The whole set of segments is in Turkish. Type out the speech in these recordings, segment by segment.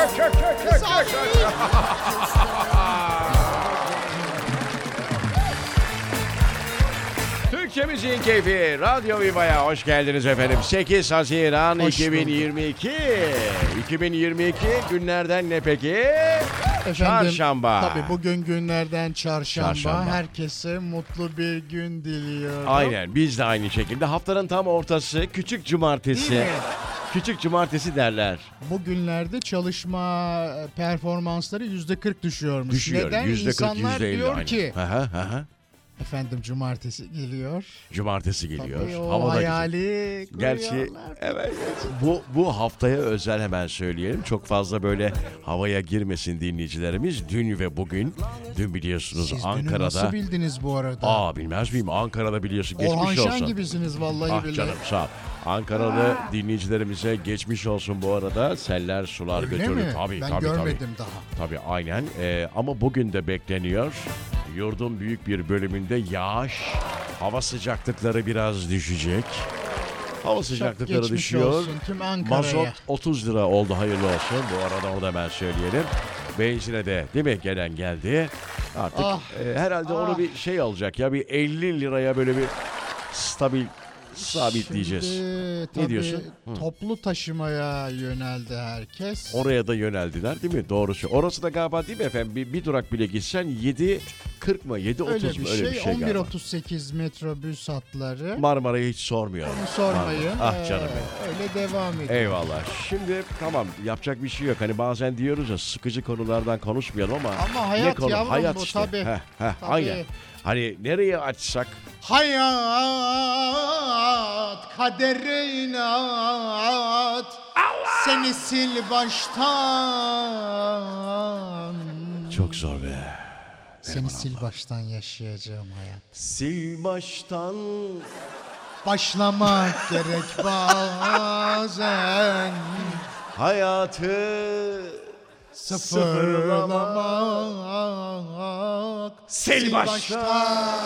Türkçemizin keyfi Radyo Viva'ya hoş geldiniz efendim. 8 Haziran 2022. 2022 günlerden ne peki? Efendim, Çarşamba. Tabii bugün günlerden çarşamba. Herkese mutlu bir gün diliyorum. Aynen, biz de aynı şekilde. Haftanın tam ortası küçük cumartesi. Küçük cumartesi derler. Bugünlerde çalışma performansları %40 düşüyormuş. Düşüyor. Neden? %40, İnsanlar %50 diyor aynen. ki Aha. efendim cumartesi geliyor. Cumartesi geliyor. Tabii o Hava da hayali güzel. Gerçi kuruyorlar. evet. Bu haftaya özel hemen söyleyelim. Çok fazla böyle havaya girmesin dinleyicilerimiz. Dün ve bugün. Dün biliyorsunuz Siz Ankara'da. dünü nasıl bildiniz bu arada? Bilmez miyim? Ankara'da biliyorsun. Geçmiş Orhan olsun. Şen gibisiniz vallahi billahi. Canım sağ ol. Ankaralı dinleyicilerimize geçmiş olsun bu arada. Seller sular Öyle götürdü. mi? Tabii, ben tabii, görmedim daha. Tabii aynen. Ama bugün de bekleniyor. Yurdun büyük bir bölümünde yağış. Hava sıcaklıkları biraz düşecek. Hava sıcaklıkları geçmiş düşüyor. olsun tüm Ankara'ya. Mazot 30 lira oldu, hayırlı olsun. Bu arada onu da hemen söyleyelim. Benzine de değil mi gelen geldi. Artık herhalde onu bir şey alacak ya, bir 50 liraya böyle bir sabitleyeceğiz. Ne diyorsun? Toplu taşımaya yöneldi herkes. Oraya da yöneldiler değil mi? Doğrusu. Orası da galiba değil mi efendim? Bir durak bile gitsen 7.40 mı? 7.30 öyle mu? bir Öyle bir şey galiba. 11.38 metrobüs hatları. Marmara'yı hiç sormuyor. Onu sormayın. Ah canım benim. Öyle devam ediyor. Eyvallah. Şimdi tamam, yapacak bir şey yok. Hani bazen diyoruz ya, sıkıcı konulardan konuşmayalım ama. Ama hayat ne konu? yavrum Hayat bu işte. tabii. Tabii. Aynen. Hani nereye açsak. Hayat kadere inat. Seni sil baştan. Çok zor be. Seni sil baştan yaşayacağım hayat. Sil baştan. Başlamak gerek bazen. Hayatı Sıfırlamak. Sil baştan.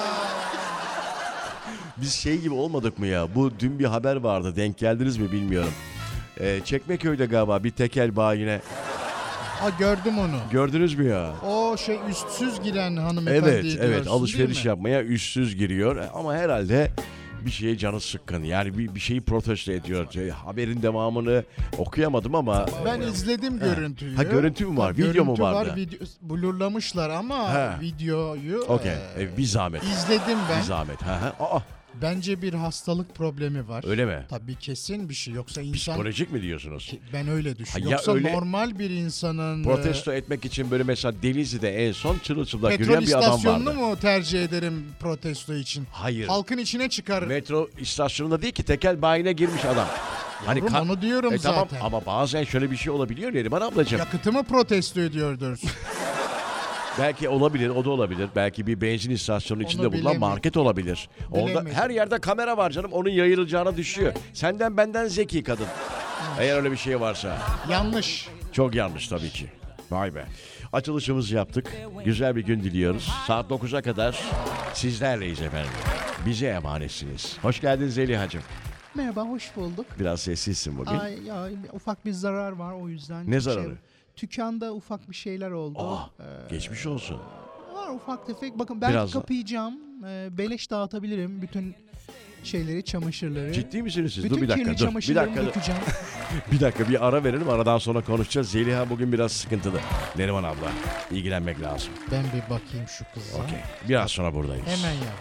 Biz şey gibi olmadık mı ya? Bu dün bir haber vardı. Denk geldiniz mi bilmiyorum. Çekmeköy'de galiba bir tekel bayine. Gördüm onu. Gördünüz mü ya? O üstsüz giren hanımefendi diyorsun, Evet, alışveriş değil mi? yapmaya üstsüz giriyor. Ama herhalde bir şeye canı sıkkın. Yani bir şeyi protesto ediyor. Haberin devamını okuyamadım ama. Ben izledim görüntüyü. Görüntü mü var? Video mu vardı? Blurlamışlar ama videoyu. Okey. Bir zahmet. İzledim ben. Bir zahmet. Bence bir hastalık problemi var. Öyle mi? Tabii kesin bir şey. Yoksa insan... Psikolojik mi diyorsunuz? Ben öyle düşünüyorum. Ya Yoksa öyle normal bir insanın... Protesto etmek için böyle mesela Denizli'de en son çırılçıplak petrol yürüyen bir adam vardı. istasyonunu mu tercih ederim protesto için? Hayır. Halkın içine çıkar. Metro istasyonunda değil ki, tekel bayine girmiş adam. Yavrum, onu diyorum tamam, zaten. ama bazen şöyle bir şey olabiliyor Neriman ablacığım. Yakıtımı protesto ediyordur. Belki olabilir, o da olabilir. Belki bir benzin istasyonu içinde bulunan market olabilir. Orada her yerde kamera var canım. Onun yayılacağına düşüyor. Senden benden zeki kadın. Eğer öyle bir şey varsa. Yanlış. Çok yanlış tabii ki. Vay be. Açılışımızı yaptık. Güzel bir gün diliyoruz. Saat 9'a kadar sizlerleyiz efendim. Bize emanetsiniz. Hoş geldin Zeliha'cığım. Merhaba, hoş bulduk. Biraz sessizsin bugün. Ufak bir zarar var, o yüzden. Ne zararı? Dükkanda ufak bir şeyler oldu. Geçmiş olsun. Var ufak tefek. Bakın ben Biraz kapayacağım. Beleş dağıtabilirim bütün şeyleri, çamaşırları. Ciddi misiniz siz? Bütün Dur bir dakika. kirli çamaşırlarımı dökeceğim. Bir dakika, bir ara verelim. Aradan sonra konuşacağız. Zeliha bugün biraz sıkıntılı. Neriman abla, ilgilenmek lazım. Ben bir bakayım şu kıza. Okey. Biraz sonra buradayız. Hemen ya.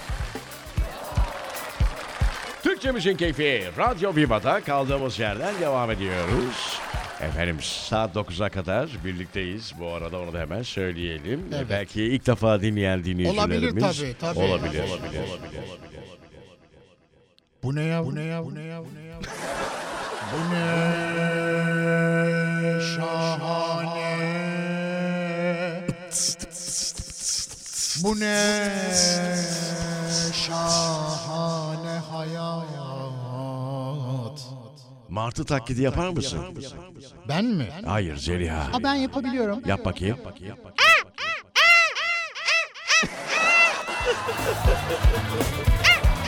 Türkçemizin keyfi Radyo Viva'da kaldığımız yerden devam ediyoruz. Efendim saat 9'a kadar birlikteyiz. Bu arada onu da hemen söyleyelim. Evet. Belki ilk defa dinleyen dinleyicilerimiz. Olabilir tabii. Olabilir. Bu ne ya? Bu ne şahane. Bu ne şahane hayat. Martı taklidi yapar mısın? Ben mi? Hayır Zeliha. Ben yapabiliyorum. Yap bakayım.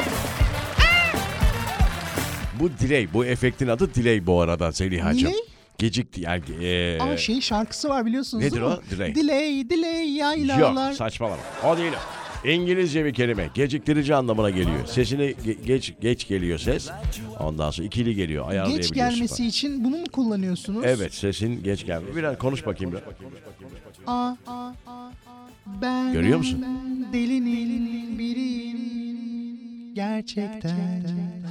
Bu delay. Bu efektin adı delay bu arada Zeliha'cığım. Ne? Gecikti yani. Şarkısı var biliyorsunuz Nedir değil mi? o? Delay. Delay yaylalar. Yok, saçmalama. O değil o. İngilizce bir kelime. Geciktirici anlamına geliyor. Sesini geç geliyor ses. Ondan sonra ikili geliyor. Geç gelmesi için bunu mu kullanıyorsunuz? Evet, sesin geç gelmesi. Biraz konuş bakayım. Ben görüyor musun? Delinin biriyim gerçekten.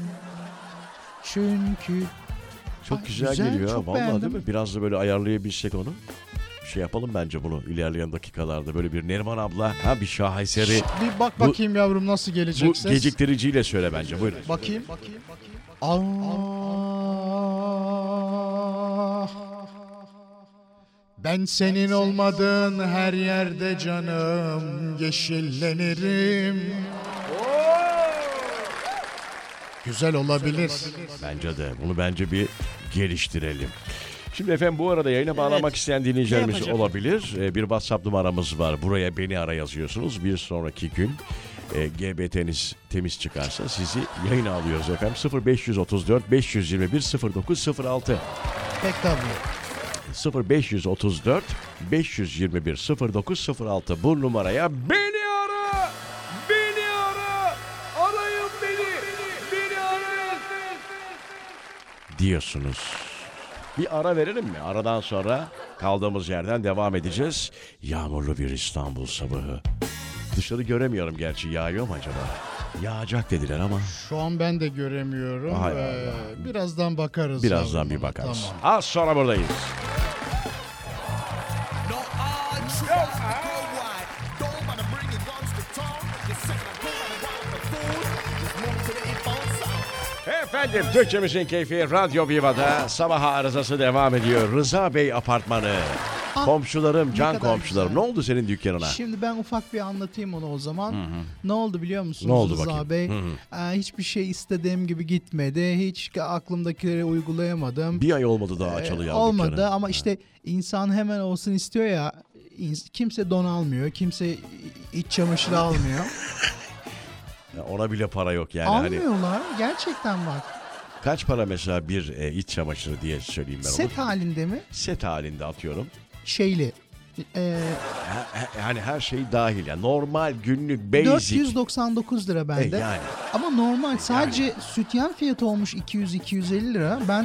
Çünkü çok güzel geliyor ha. Vallahi beğendim. değil mi? Biraz da böyle ayarlayabilsek onu. Şey yapalım bence bunu ilerleyen dakikalarda. Böyle bir Neriman abla, bir şaheseri. Bir bak bakayım yavrum nasıl gelecek bu ses. Geciktiriciyle söyle bence. Buyurun. Bakayım. Ben senin olmadığın her yerde canım yeşillenirim. Güzel olabilir. Bence de. Bunu bence bir geliştirelim. Şimdi efendim bu arada yayına bağlamak isteyen dinleyicilerimiz olabilir. Bir WhatsApp numaramız var. Buraya beni ara yazıyorsunuz. Bir sonraki gün GBT'niz temiz çıkarsa sizi yayına alıyoruz efendim. 0534 521 0906. Pek tabii. 0534 521 0906 bu numaraya beni ara! Beni ara! Arayın beni arayın! Diyorsunuz. Bir ara verelim mi? Aradan sonra kaldığımız yerden devam edeceğiz. Yağmurlu bir İstanbul sabahı. Dışarı göremiyorum gerçi. Yağıyor mu acaba? Yağacak dediler ama. Şu an ben de göremiyorum. Birazdan bakarız. Birazdan yavrum. bir bakarız. Tamam. Az sonra buradayız. Efendim Türkçemizin keyfi Radyo Viva'da sabah arızası devam ediyor. Rıza Bey apartmanı. Komşularım, can komşularım. güzel. Ne oldu senin dükkanına? Şimdi ben ufak bir anlatayım onu o zaman. Ne oldu biliyor musunuz Ne oldu Rıza bakayım? Bey? Hiçbir şey istediğim gibi gitmedi. Hiç aklımdakileri uygulayamadım. Bir ay olmadı daha açalı ya Olmadı dükkanı. ama işte insan hemen olsun istiyor ya. Kimse don almıyor. Kimse iç çamaşırı almıyor. Ya ona bile para yok yani. Almıyorlar. Gerçekten bak. Kaç para mesela bir iç çamaşırı diye söyleyeyim ben onu. Set halinde mi? Set halinde atıyorum. Şeyli. Yani her şey dahil. Yani normal günlük basic. 499 lira bende. Yani. Ama normal sadece sütyen fiyatı olmuş 200-250 lira. Ben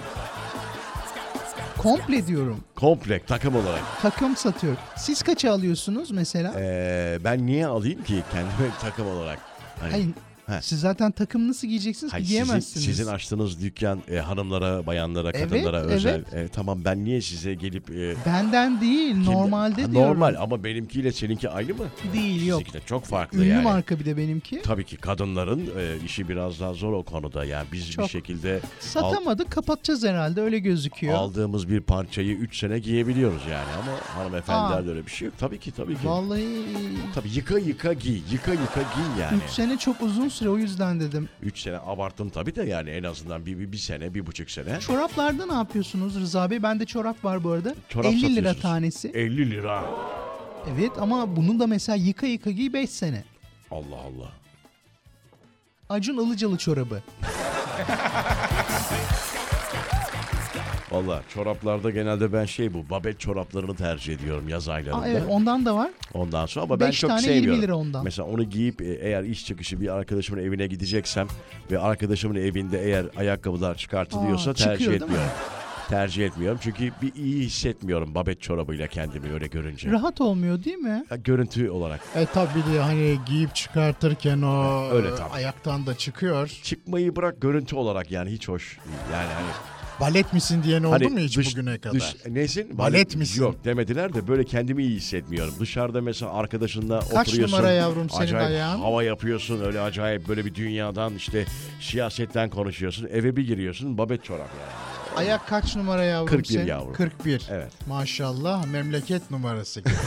komple diyorum. Komple takım olarak. Takım satıyorum. Siz kaça alıyorsunuz mesela? Ben niye alayım ki kendime takım olarak? Hani, Hayır, He. siz zaten takım nasıl giyeceksiniz ki? Giyemezsiniz. Sizin açtığınız dükkan hanımlara, bayanlara, kadınlara Evet, özel. Tamam ben niye size gelip... Benden değil, normalde diyorum. Normal ama benimkiyle seninki aynı mı? Değil, yok. Sizinki de çok farklı Ünlü yani. marka bir de benimki. Tabii ki kadınların işi biraz daha zor o konuda. Yani biz Çok. bir şekilde Satamadık, kapatacağız herhalde, öyle gözüküyor. aldığımız bir parçayı 3 sene giyebiliyoruz yani. Ama hanımefendilerde öyle bir şey yok. Tabii ki. Vallahi Tabii yıka giy. Yıka giy yani. 3 sene çok uzun süre, o yüzden dedim. 3 sene abarttım tabii de yani en azından bir sene, 1,5 sene. Çoraplarda ne yapıyorsunuz Rıza Bey? Bende çorap var bu arada. Çorap 50 lira satıyorsunuz. tanesi. 50 lira. Evet ama bunu da mesela yıka giy 5 sene. Allah Allah. Acun Ilıcalı çorabı. Valla çoraplarda genelde ben bu babet çoraplarını tercih ediyorum yaz aylarında. Evet, ondan da var. Ondan sonra ama ben 5 çok tane sevmiyorum. 20 lira ondan. Mesela onu giyip eğer iş çıkışı bir arkadaşımın evine gideceksem ve arkadaşımın evinde eğer ayakkabılar çıkartılıyorsa tercih çıkıyor, değil mi? etmiyorum. Tercih etmiyorum çünkü bir iyi hissetmiyorum babet çorabıyla kendimi öyle görünce. Rahat olmuyor değil mi? Görüntü olarak. Tabii de hani giyip çıkartırken o Öyle tabii. ayaktan da çıkıyor. Çıkmayı bırak görüntü olarak yani hiç hoş değil. Yani hani Balet misin diyen oldu hani mu hiç bugüne kadar? Nesin? Balet misin? Yok demediler de böyle kendimi iyi hissetmiyorum. Dışarıda mesela arkadaşınla Kaç oturuyorsun. numara yavrum senin acayip ayağın? hava yapıyorsun öyle acayip böyle bir dünyadan siyasetten konuşuyorsun. Eve bir giriyorsun babet çorap yani. Ayak kaç numara yavrum 41 senin? yavrum. 41. Evet. Maşallah memleket numarası gibi.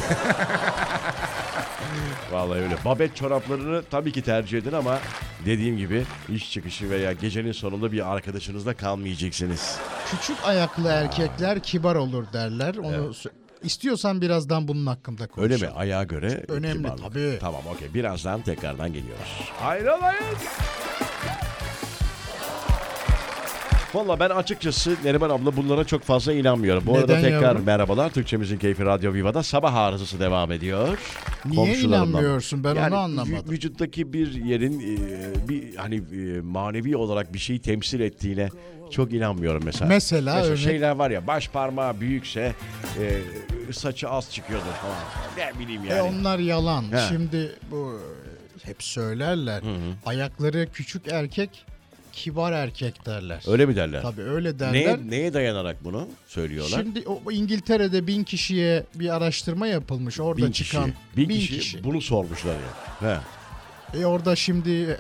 Vallahi öyle. Babet çoraplarını tabii ki tercih edin ama dediğim gibi iş çıkışı veya gecenin sonunda bir arkadaşınızla kalmayacaksınız. Küçük ayaklı erkekler kibar olur derler. Onu istiyorsan birazdan bunun hakkında konuşalım. Öyle mi? Ayağa göre Önemli, kibarlık. tabii. Tamam okey. Birazdan tekrardan geliyoruz. Ayrılmayın. Valla ben açıkçası Neriman abla bunlara çok fazla inanmıyorum. Bu arada Neden tekrar yavrum? merhabalar. Türkçemizin Keyfi Radyo Viva'da sabah arızası devam ediyor. Niye Komşularımdan. inanmıyorsun? Ben Yani onu anlamadım. vücuttaki bir yerin bir hani manevi olarak bir şeyi temsil ettiğine çok inanmıyorum mesela. Mesela örnek- şeyler var ya, baş parmağı büyükse saçı az çıkıyordur falan. Ne bileyim yani. Onlar yalan. He. Şimdi bu hep söylerler. Ayakları küçük erkek kibar erkek derler. Öyle mi derler? Tabii öyle derler. Neye dayanarak bunu söylüyorlar? Şimdi o İngiltere'de 1000 kişiye bir araştırma yapılmış. Orada 1000 kişi. çıkan 1000 1000 kişi bunu sormuşlar ya. He. Orada şimdi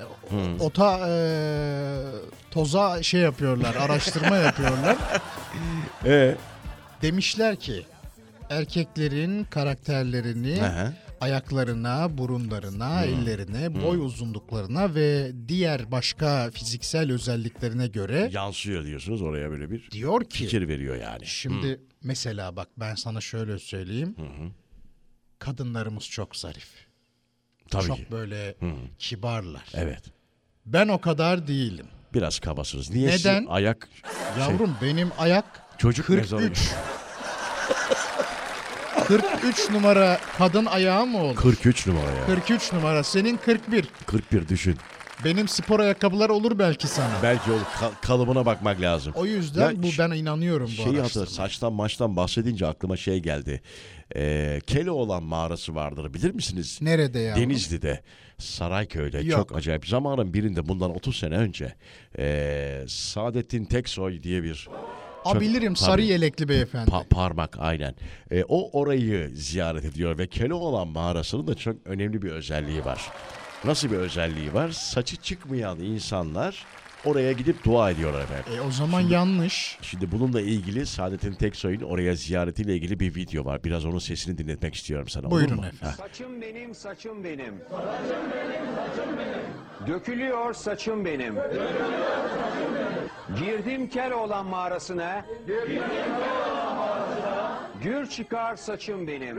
toza şey yapıyorlar, araştırma yapıyorlar. Demişler ki erkeklerin karakterlerini Hı. ayaklarına, burunlarına, ellerine, boy uzunluklarına ve diğer başka fiziksel özelliklerine göre Yansıyor diyorsunuz oraya, böyle bir diyor ki fikir veriyor yani. şimdi mesela bak ben sana şöyle söyleyeyim. Kadınlarımız çok zarif. Tabii çok ki. böyle kibarlar. Evet. Ben o kadar değilim. Biraz kabasınız. Niye Neden? sizin ayak Yavrum benim ayak çocuk 43. mezarı? 43 numara kadın ayağı mı olur? 43 numara ya. 43 numara. Senin 41. 41 düşün. Benim spor ayakkabılar olur belki sana. Belki o kalıbına bakmak lazım. O yüzden Ya ben inanıyorum bu Şeyi araştırmaya. hatırla, saçtan maçtan bahsedince aklıma şey geldi. Keloğlan mağarası vardır, bilir misiniz? Nerede ya? Denizli'de, Sarayköy'de. Yok. Çok acayip. Zamanın birinde, bundan 30 sene önce Saadettin Teksoy diye bir... Bilirim, Tabii. sarı yelekli beyefendi. Parmak aynen. O orayı ziyaret ediyor ve Keloğlan mağarasının da çok önemli bir özelliği var. Nasıl bir özelliği var? Saçı çıkmayan insanlar oraya gidip dua ediyorlar efendim. O zaman yanlış. Şimdi bununla ilgili Saadettin Teksoy'un oraya ziyaretiyle ilgili bir video var. Biraz onun sesini dinletmek istiyorum sana. Buyurun olur mu? efendim. Saçım benim, saçım benim. Dökülüyor saçım benim. Girdim Keloğlan mağarasına. Gür çıkar saçım benim.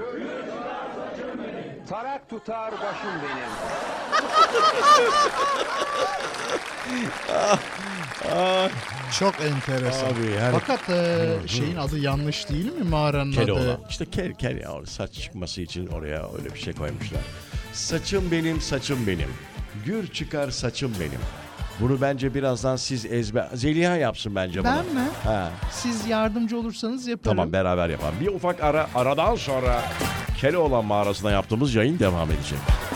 Tarak tutar başım benim. Çok enteresan. Abi yani- Fakat şeyin adı yanlış değil mi mağaranın Keloğlan. adı? İşte kel ya, saç çıkması için oraya öyle bir şey koymuşlar. Saçım benim, saçım benim. Gür çıkar saçım benim. Bunu bence birazdan siz Zeliha yapsın bence bunu. Ben mi? Ha. Siz yardımcı olursanız yaparım. Tamam, beraber yapalım. Bir ufak aradan sonra Keloğlan mağarasında yaptığımız yayın devam edecek.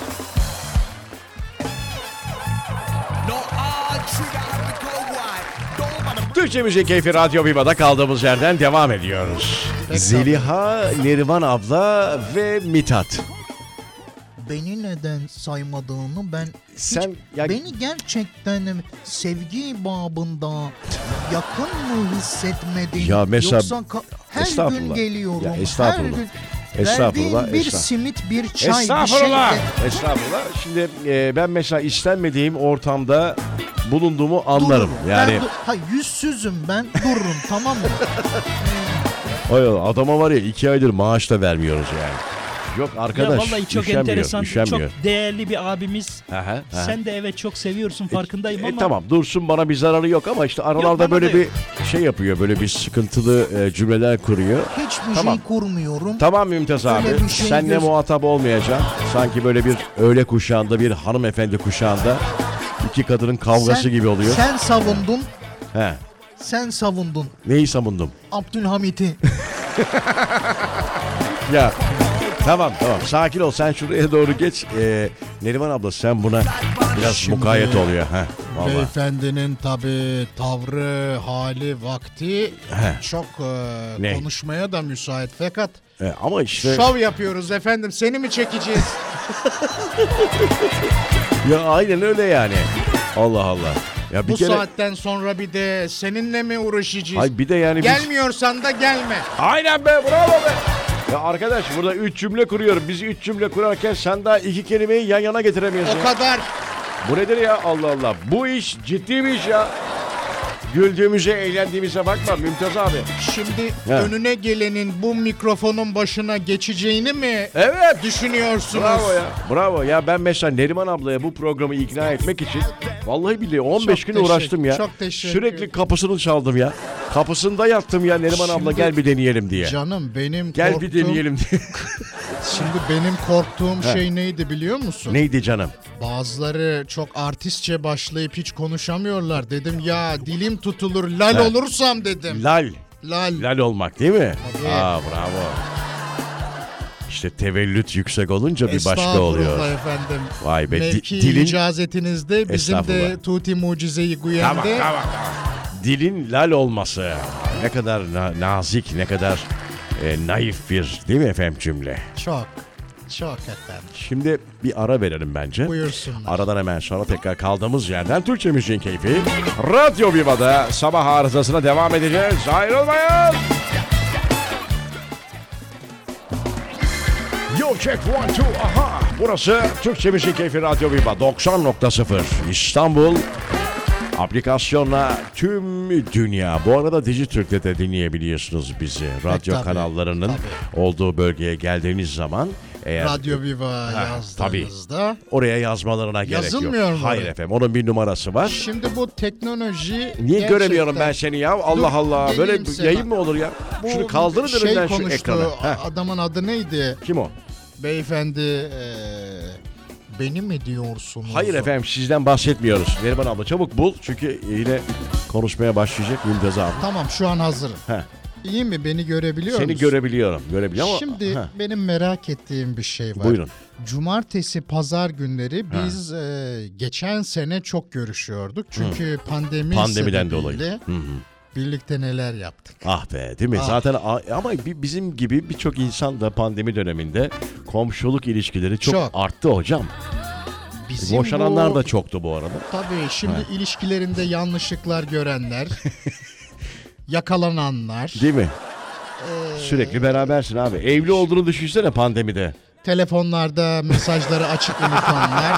Türkçe Müzik Keyfi Radyo Viva'da kaldığımız yerden devam ediyoruz. Zeliha, Neriman abla ve Mithat. Beni neden saymadığını ben Sen ya, beni gerçekten sevgi babında yakın mı hissetmedin? Ya mesela- Yoksa her gün Estağfurullah. geliyorum. Ya estağfurullah. Her gün Estağfurullah, verdiğin bir estağfurullah. simit, bir çay, Estağfurullah. bir şey de Estağfurullah. Şimdi ben mesela istenmediğim ortamda bulunduğumu anlarım. dururum. Yani Yüzsüzüm ben, dururum, tamam mı? adama var ya 2 aydır maaş da vermiyoruz yani. Yok arkadaş, Ya vallahi çok üşenmiyor, enteresan, üşenmiyor. çok değerli bir abimiz. Aha. Sen de evet çok seviyorsun, farkındayım ama Tamam, dursun, bana bir zararı yok ama işte aralarda bana böyle da bir şey yapıyor, böyle bir sıkıntılı cümleler kuruyor. Hiçbir Tamam. şey kurmuyorum. Tamam Mümtaz abi, Öyle bir şey senle muhatap olmayacağım. Sanki böyle bir öğle kuşağında, bir hanımefendi kuşağında iki kadının kavgası gibi oluyor. Sen savundun. He. Sen savundun Neyi savundum? Abdülhamit'i. Ya tamam sakin ol, sen şuraya doğru geç. Neriman abla, sen buna biraz Şimdi- mukayyet oluyor. Vallahi. Beyefendinin tabii tavrı, hali, vakti çok Ne? konuşmaya da müsait. Fakat Ama işte şov yapıyoruz efendim. Seni mi çekeceğiz? ya aynen öyle yani. Allah Allah. Ya bir Bu kere saatten sonra bir de seninle mi uğraşacağız? Ay bir de yani biz... Gelmiyorsan da gelme. Aynen be, bravo be. Ya arkadaş, burada 3 cümle kuruyorum. Biz 3 cümle kurarken sen daha 2 kelimeyi yan yana getiremiyorsun. O kadar. Bu nedir ya, Allah Allah. Bu iş ciddi bir iş ya. Güldüğümüze, eğlendiğimize bakma Mümtaz abi. Şimdi He. önüne gelenin bu mikrofonun başına geçeceğini mi Evet. düşünüyorsunuz? Bravo ya. Bravo ya, ben mesela Neriman ablaya bu programı ikna etmek için Vallahi billahi 15 Çok gün uğraştım ya. çok teşekkür Sürekli ederim. kapısını çaldım ya. Kapısında yattım ya Neriman abla Şimdi- gel bir deneyelim diye. Canım benim Gel korktuğum... bir deneyelim diye. Şimdi benim korktuğum şey neydi biliyor musun? Neydi canım? Bazıları çok artistçe başlayıp hiç konuşamıyorlar. Dedim ya dilim tutulur lal He. olursam dedim. Lal. Lal. Lal olmak değil mi? Tabii. Bravo. İşte tevellüt yüksek olunca bir başka oluyor. Estağfurullah efendim. Vay be. Mevki Dilin... icazetinizde bizim de Estağfurullah. Tuti Mucize-i Tamam, Güyen'de tamam. Dilin lal olması. Ne kadar nazik, ne kadar naif bir değil mi efendim cümle? çok efendim. Şimdi bir ara verelim bence. Buyursunlar. Aradan hemen sonra tekrar kaldığımız yerden Türkçe Müziğin Keyfi Radyo Viva'da sabah arızasına devam edeceğiz. Ayrılmayın. Yo check 1 2 aha. Burası Türkçe Müziğin Keyfi Radyo Viva 90.0 İstanbul. Aplikasyonla tüm dünya. Bu arada Dijitürk'te de dinleyebiliyorsunuz bizi. Radyo tabii, kanallarının olduğu bölgeye geldiğiniz zaman eğer Radyo Viva yazdığınızda. oraya yazmalarına gerek yok. Yazılmıyor mu Hayır oraya? efendim. Onun bir numarası var. Şimdi bu teknoloji Niye gerçekten- göremiyorum ben seni ya? Allah Dur, Allah. Böyle geleyim bir sana. yayın mı olur ya? Bu Şunu kaldırın şey önümden şu konuştu, ekranı. Heh. adamın adı neydi? Kim o? Beyefendi beni mi diyorsunuz? Hayır efendim sizden bahsetmiyoruz. Neriman abla çabuk bul. Çünkü yine konuşmaya başlayacak Mümtaz abi. Tamam şu an hazırım. Heh. İyi mi? Beni görebiliyor Seni musun? görebiliyorum. Görebiliyorum ama. Şimdi Heh. benim merak ettiğim bir şey var. Buyurun. Cumartesi, pazar günleri biz geçen sene çok görüşüyorduk. Çünkü pandemiden Pandemiden dolayı. Hı hı. birlikte neler yaptık. Ah be değil mi? Ah. Zaten ama bizim gibi birçok insan da pandemi döneminde komşuluk ilişkileri çok arttı hocam. Bizim Boşananlar bu- da çoktu bu arada. Tabii şimdi ilişkilerinde yanlışlıklar görenler, yakalananlar, Değil mi? Sürekli berabersin abi. Evli olduğunu düşünsene pandemide. telefonlarda mesajları açık unutanlar.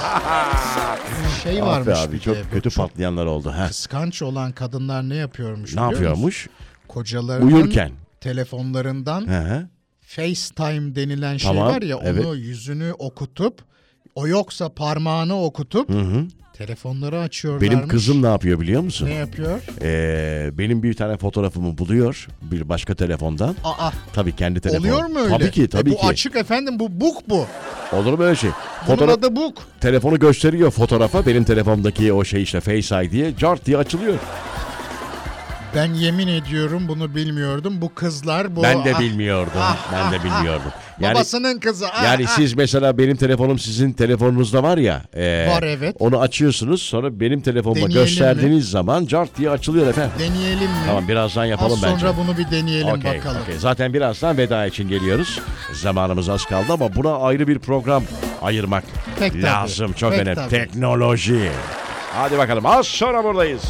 Şey Ah varmış be abi bir çok de, kötü çok patlayanlar oldu. Heh. kıskanç olan kadınlar ne yapıyormuş Ne biliyor musun? yapıyormuş? Kocalarının Uyurken. telefonlarından Hı hı. FaceTime denilen şey Tamam, var ya evet. onu yüzünü okutup o yoksa parmağını okutup Hı hı. telefonları açıyorlarmış. Benim kızım ne yapıyor biliyor musun? ne yapıyor? Benim bir tane fotoğrafımı buluyor bir başka telefondan. Aa, Tabii kendi telefonu. oluyor mu öyle? Tabii ki tabii bu ki. açık efendim bu book bu. Olur mu öyle şey? Bunun Fotoğraf, adı book. telefonu gösteriyor fotoğrafa. Benim telefonumdaki o şey işte Face ID'ye cart diye açılıyor. Ben yemin ediyorum bunu bilmiyordum. Bu kızlar bu. Ben de bilmiyordum. ah, Ben de ah, bilmiyordum. Yani Babasının kızı. yani siz mesela benim telefonum sizin telefonunuzda var ya. Var, evet. Onu açıyorsunuz sonra benim telefonuma Deneyelim gösterdiğiniz zaman cart diye açılıyor efendim. Deneyelim mi? Tamam birazdan yapalım Az bence. sonra bunu bir deneyelim Okey, bakalım. okey. Zaten birazdan veda için geliyoruz. Zamanımız az kaldı ama buna ayrı bir program ayırmak Pek tabii, lazım. Çok pek önemli. tabii. Teknoloji. Hadi bakalım az sonra buradayız.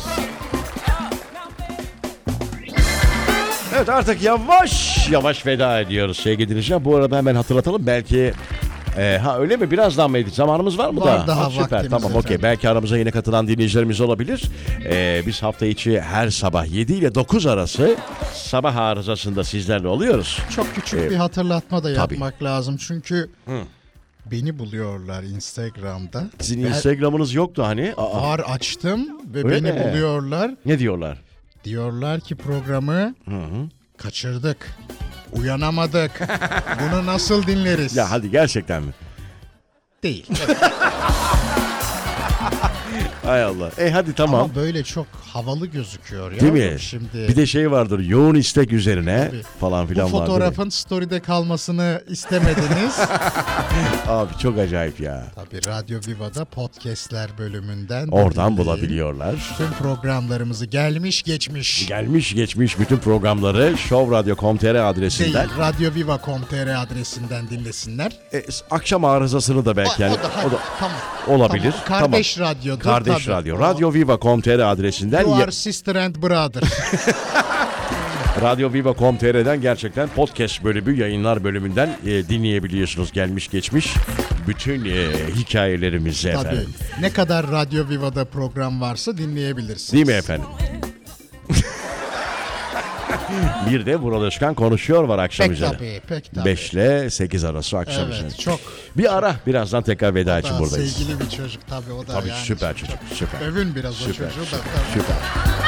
Evet artık yavaş yavaş veda ediyoruz sevgili dinleyiciler. Bu arada hemen hatırlatalım belki öyle mi? Birazdan mıydı? Zamanımız var mı Var daha? daha Süper. vaktimiz Tamam okey. efendim. Belki aramıza yine katılan dinleyicilerimiz olabilir. Biz hafta içi her sabah 7 ile 9 arası sabah arızasında sizlerle oluyoruz. Çok küçük bir hatırlatma da tabii. yapmak lazım. Çünkü beni buluyorlar Instagram'da. Sizin Ben- Instagram'ınız yoktu hani. Aa, Var açtım ve Öyle beni mi? buluyorlar. ne diyorlar? Diyorlar ki programı kaçırdık. Uyanamadık. Bunu nasıl dinleriz? Ya hadi gerçekten mi? Değil. Hay Allah. Hadi tamam. Ama böyle çok havalı gözüküyor ya. Değil mi? Şimdi Bir de şey vardır yoğun istek üzerine Tabii. falan bu filan vardır. fotoğrafın story'de kalmasını istemediniz. Abi çok acayip ya. Tabii Radyo Viva'da podcastler bölümünden de Oradan dinleyin. bulabiliyorlar. Tüm programlarımızı gelmiş geçmiş. Gelmiş geçmiş bütün programları showradio.com.tr Değil, adresinden. radyoviva.com.tr adresinden dinlesinler. Akşam arızasını da belki yani. o da tamam. olabilir. Tamam. Kardeş radyodur. Kardeş tabii. radyo. O- Radyoviva.com.tr adresinden. You are sister and brother. Radyoviva.com.tr'den gerçekten podcast bölümü, yayınlar bölümünden dinleyebiliyorsunuz. Gelmiş geçmiş bütün hikayelerimizi Tabii. efendim. Ne kadar Radyo Viva'da program varsa dinleyebilirsiniz. Değil mi efendim? Bir de Vural Özkan konuşuyor var akşam Pek üzere. tabii, pek tabii. 5 ile 8 arası akşam üzere. Evet, çok. Bir ara, birazdan tekrar veda için Daha buradayız. sevgili bir çocuk tabii o da Tabii yani. süper çocuk, süper. Övün biraz o Süper, çocuğu da. süper, tabii. süper.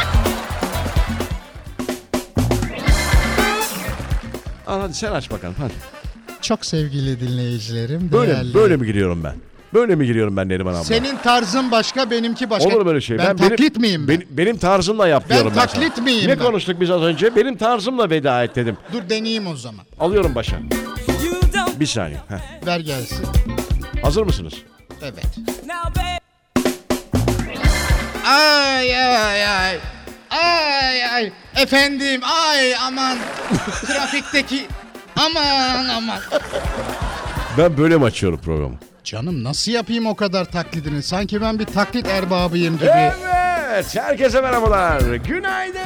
Al hadi sen aç bakalım hadi. Çok sevgili dinleyicilerim. Böyle mi giriyorum ben? Böyle mi giriyorum ben Neriman abla? Senin tarzın başka, benimki başka. Olur mu böyle şey? Ben taklit benim, miyim ben? Benim tarzımla yap diyorum ben taklit sana. miyim Ne ben? konuştuk biz az önce? Benim tarzımla veda et dedim. Dur deneyeyim o zaman. Alıyorum başa. Bir saniye. Heh. Ver gelsin. Hazır mısınız? Evet. Ay ay ay. Ay ay. Efendim ay aman. Trafikteki aman. Ben böyle mi açıyorum programı? Canım nasıl yapayım o kadar taklidini? Sanki ben bir taklit erbabıyım gibi. Evet. Herkese merhabalar. Günaydın.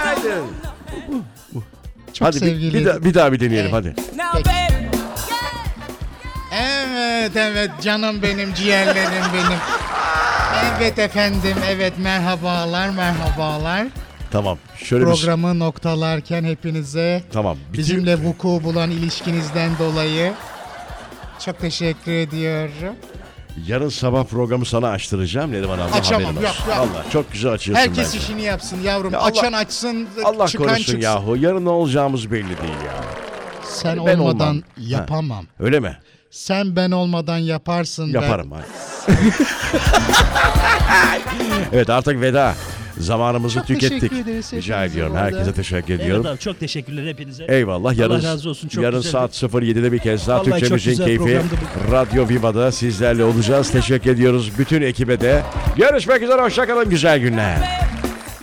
Çok Hadi sevgili. bir daha deneyelim hadi. Evet canım benim, ciğerlerim benim. Evet efendim, evet merhabalar. Tamam. Şöyle Programı noktalarken hepinize Tamam. bizimle vuku bulan ilişkinizden dolayı çok teşekkür ediyorum. Yarın sabah programı sana açtıracağım Neriman abla. Açamam, haberin yok, olsun. yok. Allah çok güzel açıyorsun Herkes bence. işini yapsın yavrum. Ya Allah- Açan açsın, Allah çıkan korusun çıksın. yahu. Yarın ne olacağımız belli değil ya. Sen Ben olmadan olmam. yapamam. Öyle mi? Sen ben olmadan yaparsın. Yaparım. Hadi. Evet artık veda. Zamanımızı Çok tükettik. teşekkür ederiz Rica hepinize ediyorum. bu arada. Herkese teşekkür Evet ediyorum. abi, çok teşekkürler hepinize. Eyvallah. Yarın, razı olsun, çok yarın güzel saat 07'de bir kez daha Vallahi Türkçe çok Müziğin güzel Keyfi programdı Radyo Viva'da sizlerle olacağız. Teşekkür ediyoruz bütün ekibe de. Görüşmek üzere. Hoşçakalın. Güzel günler.